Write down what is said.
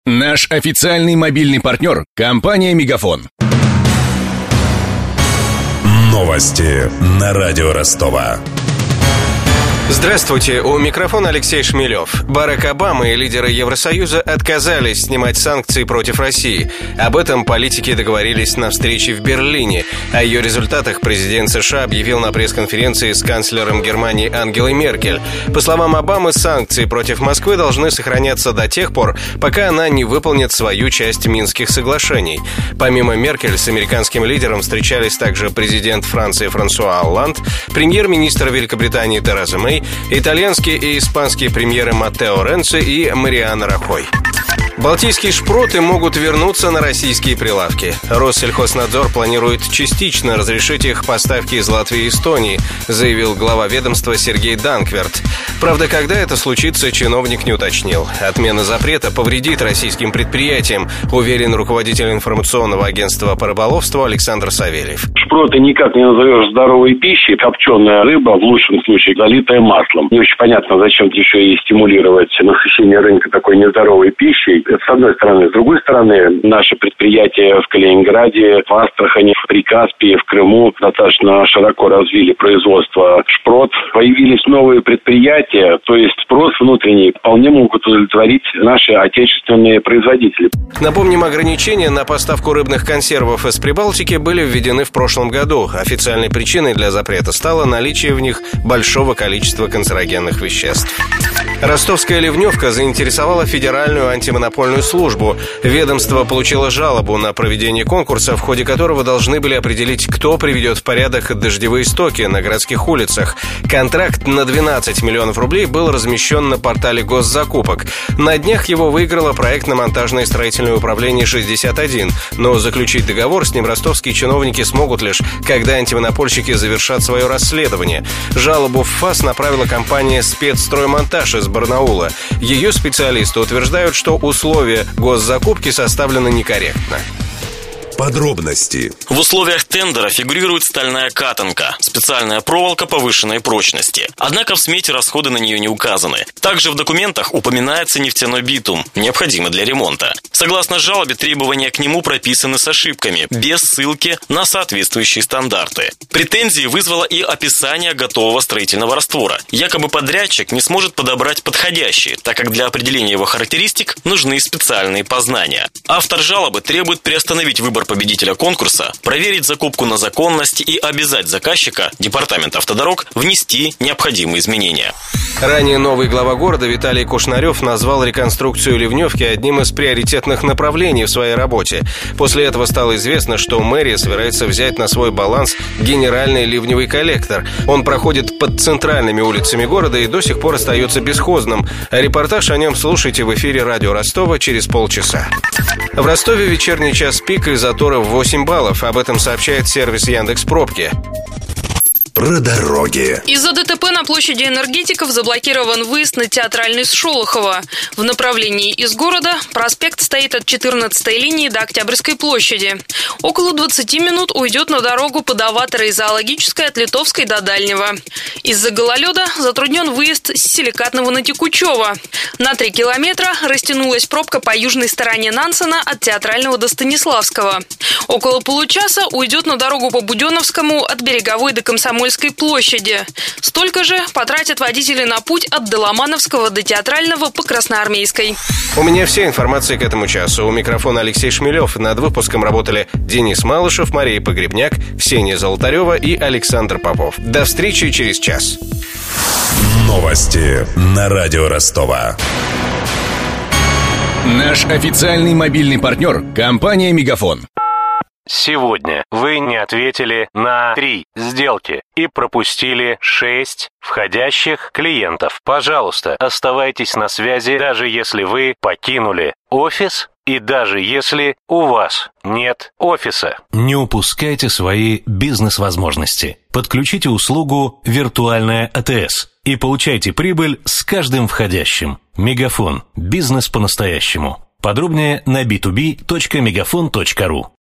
Наш официальный мобильный партнер – компания «Мегафон». Новости на радио Ростова. Здравствуйте, у микрофона Алексей Шмелев. Барак Обама и лидеры Евросоюза отказались снимать санкции против России. Об этом политики договорились на встрече в Берлине. О ее результатах президент США объявил на пресс-конференции с канцлером Германии Ангелой Меркель. По словам Обамы, санкции против Москвы должны сохраняться до тех пор, пока она не выполнит свою часть Минских соглашений. Помимо Меркель, с американским лидером встречались также президент Франции Франсуа Олланд, премьер-министр Великобритании Тереза Мэй, итальянские и испанские премьеры Маттео Ренци и Мариано Рахой. Балтийские шпроты могут вернуться на российские прилавки. Россельхознадзор планирует частично разрешить их поставки из Латвии и Эстонии, заявил глава ведомства Сергей Данкверт. Правда, когда это случится, чиновник не уточнил. Отмена запрета повредит российским предприятиям, уверен руководитель информационного агентства по рыболовству Александр Савельев. Шпроты никак не назовешь здоровой пищей. Копченая рыба, в лучшем случае, залитая маслом. Не очень понятно, зачем еще и стимулировать насыщение рынка такой нездоровой пищей. Это с одной стороны. С другой стороны, наши предприятия в Калининграде, в Астрахани, в Прикаспии, в Крыму достаточно широко развили производство шпрот. Появились новые предприятия, то есть спрос внутренний вполне могут удовлетворить наши отечественные производители. Напомним, ограничения на поставку рыбных консервов из Прибалтики были введены в прошлом году. Официальной причиной для запрета стало наличие в них большого количества канцерогенных веществ. Ростовская ливневка заинтересовала Федеральную антимонопольную службу. Ведомство получило жалобу на проведение конкурса, в ходе которого должны были определить, кто приведет в порядок дождевые стоки на городских улицах. Контракт на 12 миллионов рублей был размещен на портале госзакупок. На днях его выиграло проектно-монтажное строительное управление 61, но заключить договор с ним ростовские чиновники смогут лишь, когда антимонопольщики завершат свое расследование. Жалобу в ФАС направила компания «Спецстроймонтаж» из Барнаула. Ее специалисты утверждают, что условия госзакупки составлены некорректно. Подробности. В условиях тендера фигурирует стальная катанка, специальная проволока повышенной прочности. Однако в смете расходы на нее не указаны. Также в документах упоминается нефтяной битум, необходимый для ремонта. Согласно жалобе, требования к нему прописаны с ошибками, без ссылки на соответствующие стандарты. Претензии вызвало и описание готового строительного раствора. Якобы подрядчик не сможет подобрать подходящий, так как для определения его характеристик нужны специальные познания. Автор жалобы требует приостановить выбор победителя конкурса, проверить закупку на законность и обязать заказчика, Департамент автодорог, внести необходимые изменения. Ранее новый глава города Виталий Кушнарев назвал реконструкцию ливневки одним из приоритетных направлений в своей работе. После этого стало известно, что мэрия собирается взять на свой баланс генеральный ливневый коллектор. Он проходит под центральными улицами города и до сих пор остается бесхозным. Репортаж о нем слушайте в эфире радио Ростова через полчаса. В Ростове вечерний час пик и заторы в 8 баллов. Об этом сообщает сервис Яндекс.Пробки. Про дороги. Из-за ДТП на площади Энергетиков заблокирован выезд на Театральный с Шолохова. В направлении из города проспект стоит от 14-й линии до Октябрьской площади. Около 20 минут уйдет на дорогу под Аватора и Зоологической от Литовской до Дальнего. Из-за гололеда затруднен выезд с Силикатного на Текучево. На 3 километра растянулась пробка по южной стороне Нансена от Театрального до Станиславского. Около получаса уйдет на дорогу по Буденновскому от Береговой до Комсомольской площади. Столько же потратят водители на путь от Доломановского до Театрального по Красноармейской. У меня вся информация к этому часу. У микрофона Алексей Шмелев. Над выпуском работали Денис Малышев, Мария Погребняк, Ксения Золотарева и Александр Попов. До встречи через час. Новости на радио Ростова. Наш официальный мобильный партнер – компания «Мегафон». Сегодня вы не ответили на 3 сделки и пропустили 6 входящих клиентов. Пожалуйста, оставайтесь на связи, даже если вы покинули офис и даже если у вас нет офиса. Не упускайте свои бизнес-возможности. Подключите услугу «Виртуальная АТС» и получайте прибыль с каждым входящим. Мегафон. Бизнес по-настоящему. Подробнее на b2b.megafon.ru.